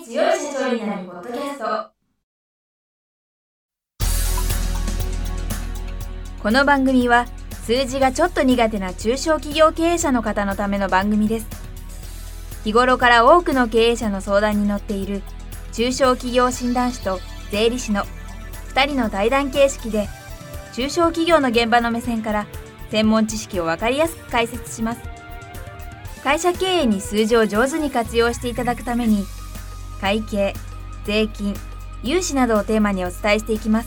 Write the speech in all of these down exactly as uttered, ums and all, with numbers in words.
強い社長になるポッドキャスト。この番組は数字がちょっと苦手な中小企業経営者の方のための番組です。日頃から多くの経営者の相談に乗っている中小企業診断士と税理士のふたりの対談形式で、中小企業の現場の目線から専門知識を分かりやすく解説します。会社経営に数字を上手に活用していただくために、会計、税金、融資などをテーマにお伝えしていきます。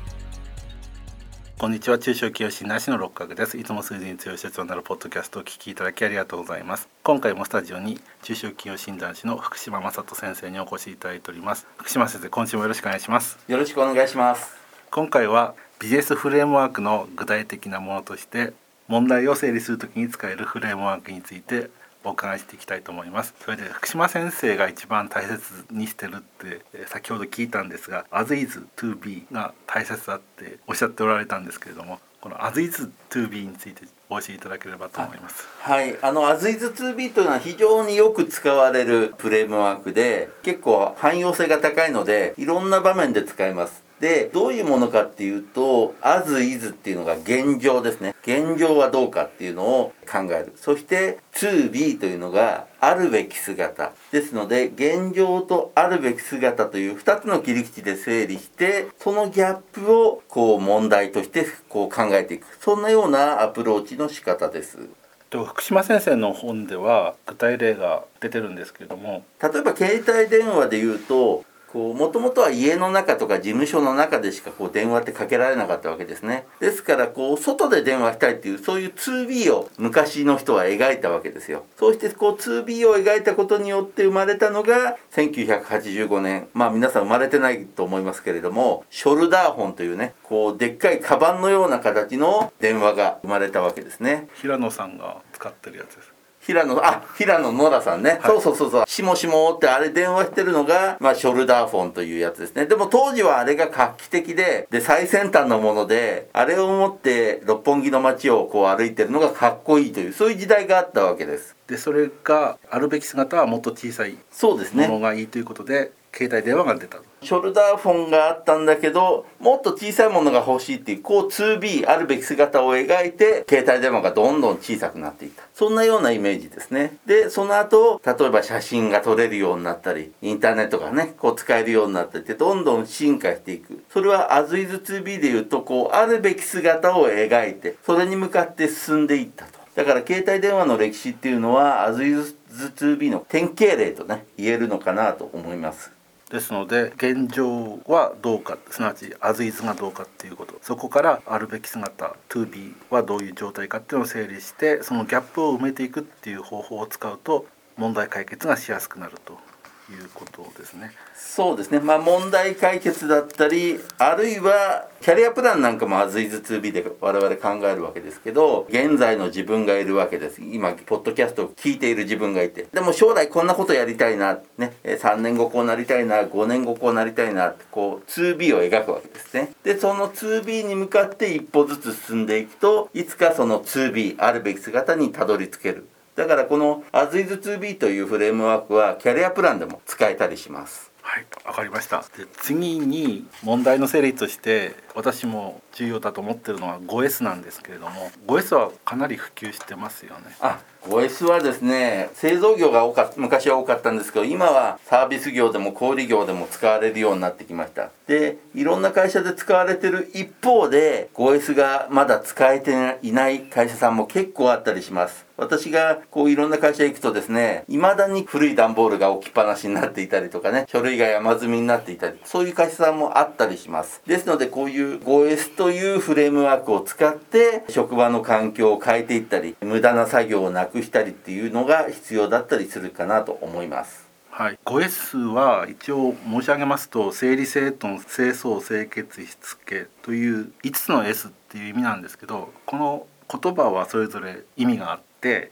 こんにちは。中小企業診断士の六角です。いつも数字に強い社長になるポッドキャストをお聞きいただきありがとうございます。今回もスタジオに中小企業診断士の福島正人先生にお越しいただいております。福島先生、今週もよろしくお願いします。 よろしくお願いします。 今回はビジネスフレームワークの具体的なものとして、問題を整理するときに使えるフレームワークについてお伺いしていきたいと思います。それで福島先生が一番大切にしてるって先ほど聞いたんですが、 As is to be が大切だっておっしゃっておられたんですけれども、この As is to be についてお教えいただければと思います。 はい、あの As is to be というのは非常によく使われるフレームワークで、結構汎用性が高いのでいろんな場面で使えます。で、どういうものかっていうと、 As is っていうのが現状ですね。現状はどうかっていうのを考える。そして to be というのがあるべき姿ですので、現状とあるべき姿というふたつの切り口で整理して、そのギャップをこう問題としてこう考えていく、そんなようなアプローチの仕方です。 福島先生の本では具体例が出てるんですけれども、 例えば携帯電話でいうと、もともとは家の中とか事務所の中でしかこう電話ってかけられなかったわけですね。ですからこう外で電話したいっていう、そういう ツービー を昔の人は描いたわけですよ。そうしてこう ツービー を描いたことによって生まれたのがせんきゅうひゃくはちじゅうごねん、まあ皆さん生まれてないと思いますけれども、ショルダーフォンというね、こうでっかいカバンのような形の電話が生まれたわけですね。 平野さんが使ってるやつです。 平野、あ、平野ノラさんね、はい、そうそうそうそう、しもしもってあれ電話してるのが、まあ、ショルダーフォンというやつですね。でも当時はあれが画期的で、で、最先端のもので、あれを持って六本木の街をこう歩いてるのがかっこいいという、そういう時代があったわけです。 で、それがあるべき姿はもっと小さいものがいいということで、携帯電話が出た。 ショルダーフォンがあったんだけど、もっと小さいものが欲しいっていう、こう ツービー あるべき姿を描いて、携帯電話がどんどん小さくなっていった。そんなようなイメージですね。で、その後、例えば写真が撮れるようになったり、インターネットがね、こう使えるようになっていって、どんどん進化していく。それは As is to be でいうと、こう、あるべき姿を描いて、それに向かって進んでいったと。だから携帯電話の歴史っていうのは As is to be の典型例とね、言えるのかなと思います。 ですので、現状はどうか、すなわち As is がどうかっていうこと、そこからあるべき姿 to be はどういう状態かっていうのを整理して、そのギャップを埋めていくっていう方法を使うと問題解決がしやすくなるということですね。 そうですね、まあ、問題解決だったり、あるいはキャリアプランなんかも As is to be で我々考えるわけですけど、現在の自分がいるわけです。今ポッドキャストを聞いている自分がいて、でも将来こんなことやりたいな、ね、さんねんごこうなりたいな、ごねんごこうなりたいなって、こう ツービー を描くわけですね。で、その ツービー に向かって一歩ずつ進んでいくと、いつかその ツービー あるべき姿にたどり着ける。だからこの As is to be というフレームワークはキャリアプランでも使えたりします。 はい、わかりました。で、次に問題の整理として私も重要だと思っているのは ファイブエス なんですけれども、 ファイブエス はかなり普及してますよね。 あ、ファイブエス はですね、製造業が多かった、昔は多かったんですけど、今はサービス業でも小売業でも使われるようになってきました。で、いろんな会社で使われてる一方で ファイブエス がまだ使えていない会社さんも結構あったりします。私がこういろんな会社行くとですね、未だに古い段ボールが置きっぱなしになっていたりとかね、書類が山積みになっていたり、そういう会社さんもあったりします。ですので、こういう ファイブエス というフレームワークを使って職場の環境を変えていったり、無駄な作業をなくしたりっていうのが必要だったりするかなと思います。 はい、ファイブエス は一応申し上げますと、整理整頓清掃清潔しつけといういつつの S っていう意味なんですけど、この言葉はそれぞれ意味があって、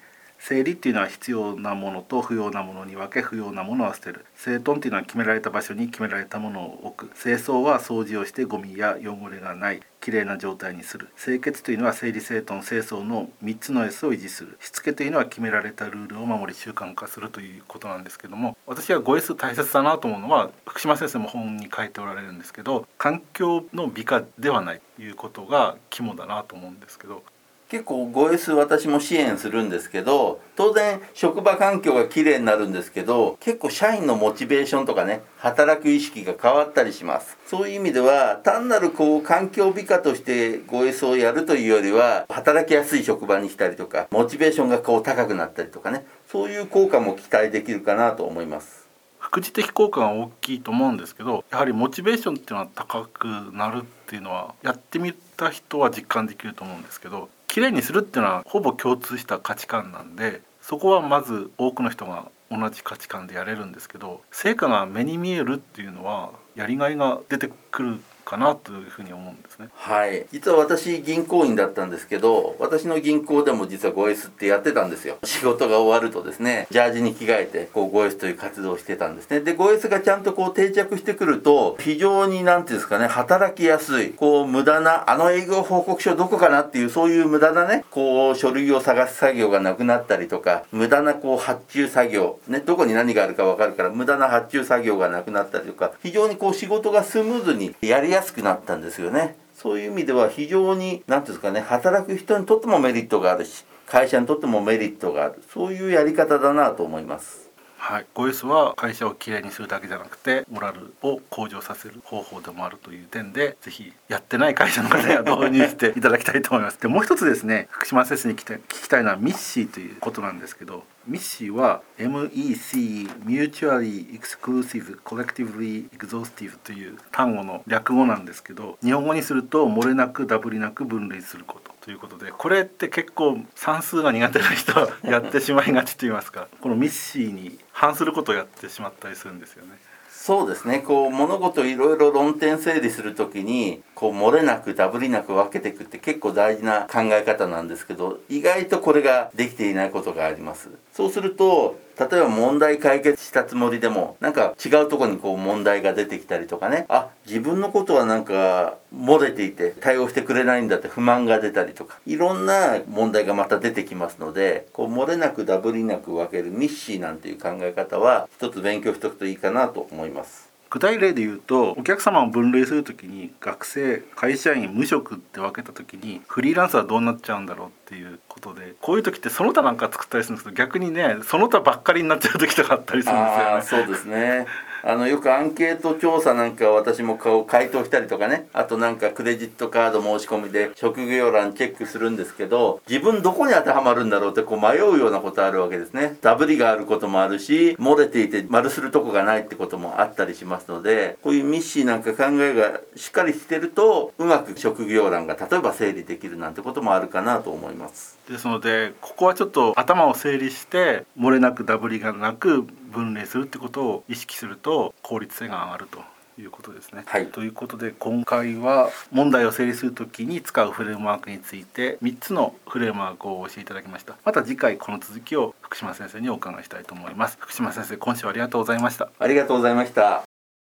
整理っていうのは必要なものと不要なものに分け、不要なものは捨てる。整頓っていうのは決められた場所に決められたものを置く。清掃は掃除をしてゴミや汚れがないきれいな状態にする。清潔というのは整理整頓清掃のみっつの エス を維持する。しつけというのは決められたルールを守り習慣化するということなんですけども、私は ごエス 大切だなと思うのは、福島先生も本に書いておられるんですけど、環境の美化ではないということが肝だなと思うんですけど、 結構 ごエス 私も支援するんですけど、当然職場環境がきれいになるんですけど、結構社員のモチベーションとかね、働く意識が変わったりします。そういう意味では単なるこう環境美化として ごエス をやるというよりは、働きやすい職場にしたりとか、モチベーションがこう高くなったりとかね、そういう効果も期待できるかなと思います。 副次的効果が大きいと思うんですけど、やはりモチベーションっていうのは高くなるっていうのはやってみた人は実感できると思うんですけど、きれいにするっていうのはほぼ共通した価値観なんで、そこはまず多くの人が同じ価値観でやれるんですけど、成果が目に見えるっていうのはやりがいが出てくるかなというふうに思うんですね。 はい、実は私銀行員だったんですけど、私の銀行でも実は ごエス ってやってたんですよ。仕事が終わるとですね、ジャージに着替えてこう ごエス という活動をしてたんですね。で ごエス がちゃんとこう定着してくると、非常になんていうんですかね、働きやすい、こう無駄なあの営業報告書どこかなっていう、そういう無駄なね、こう書類を探す作業がなくなったりとか、無駄なこう発注作業ね、どこに何があるか分かるから無駄な発注作業がなくなったりとか、非常にこう仕事がスムーズにやりやすくなったんですよね。そういう意味では非常に何ていうんですかね、働く人にとってもメリットがあるし、会社にとってもメリットがある、そういうやり方だなと思います。 はい、ごエス は会社をきれいにするだけじゃなくてモラルを向上させる方法でもあるという点で、ぜひやってない会社の方には導入していただきたいと思います。でもう一つですね、福島先生に聞きたい、聞きたいのはミッシーということなんですけど、ミッシーは エムイーシー Mutually Exclusive Collectively Exhaustive という単語の略語なんですけど、日本語にすると漏れなくダブりなく分類することということで、これって結構算数が苦手な人はやってしまいがちといいますか、このミッシーに反することをやってしまったりするんですよね。 そうですね、こう物事をいろいろ論点整理するときにこう漏れなくダブりなく分けていくって結構大事な考え方なんですけど、意外とこれができていないことがあります。そうすると例えば問題解決したつもりでもなんか違うところにこう問題が出てきたりとかね、あ、自分のことはなんか漏れていて対応してくれないんだって不満が出たりとか、いろんな問題がまた出てきますので、こう漏れなくダブりなく分けるミッシーなんていう考え方は一つ勉強しておくといいかなと思います。 具体例で言うと、お客様を分類するときに学生、会社員、無職って分けたときにフリーランスはどうなっちゃうんだろうっていうことで、こういう時ってその他なんか作ったりするんですけど、逆にねその他ばっかりになっちゃう時とかあったりするんですよね。 あ、そうですね。あのよくアンケート調査なんか私もこう回答したりとかね、あとなんかクレジットカード申し込みで職業欄チェックするんですけど、自分どこに当てはまるんだろうってこう迷うようなことあるわけですね。ダブりがあることもあるし、漏れていて丸するとこがないってこともあったりしますので、こういうミッシーなんか考えがしっかりしてるとうまく職業欄が例えば整理できるなんてこともあるかなと思います。 ですのでここはちょっと頭を整理して漏れなくダブりがなく分類するってことを意識すると効率性が上がるということですね。 はい、 ということで今回は問題を整理するときに使うフレームワークについてみっつのフレームワークをお教えいただきました。また次回この続きを福島先生にお伺いしたいと思います。福島先生、今週はありがとうございました。 ありがとうございました。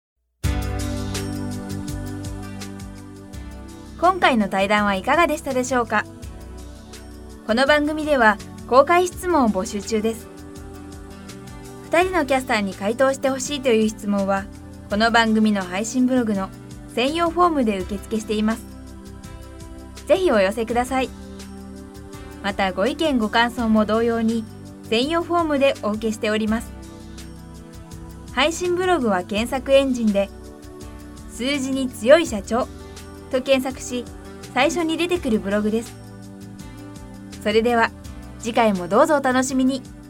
今回の対談はいかがでしたでしょうか。この番組では公開質問を募集中です。ふたりのキャスターに回答してほしいという質問はこの番組の配信ブログの専用フォームで受付しています。ぜひお寄せください。またご意見ご感想も同様に専用フォームでお受けしております。配信ブログは検索エンジンで数字に強い社長と検索し最初に出てくるブログです。それでは次回もどうぞお楽しみに。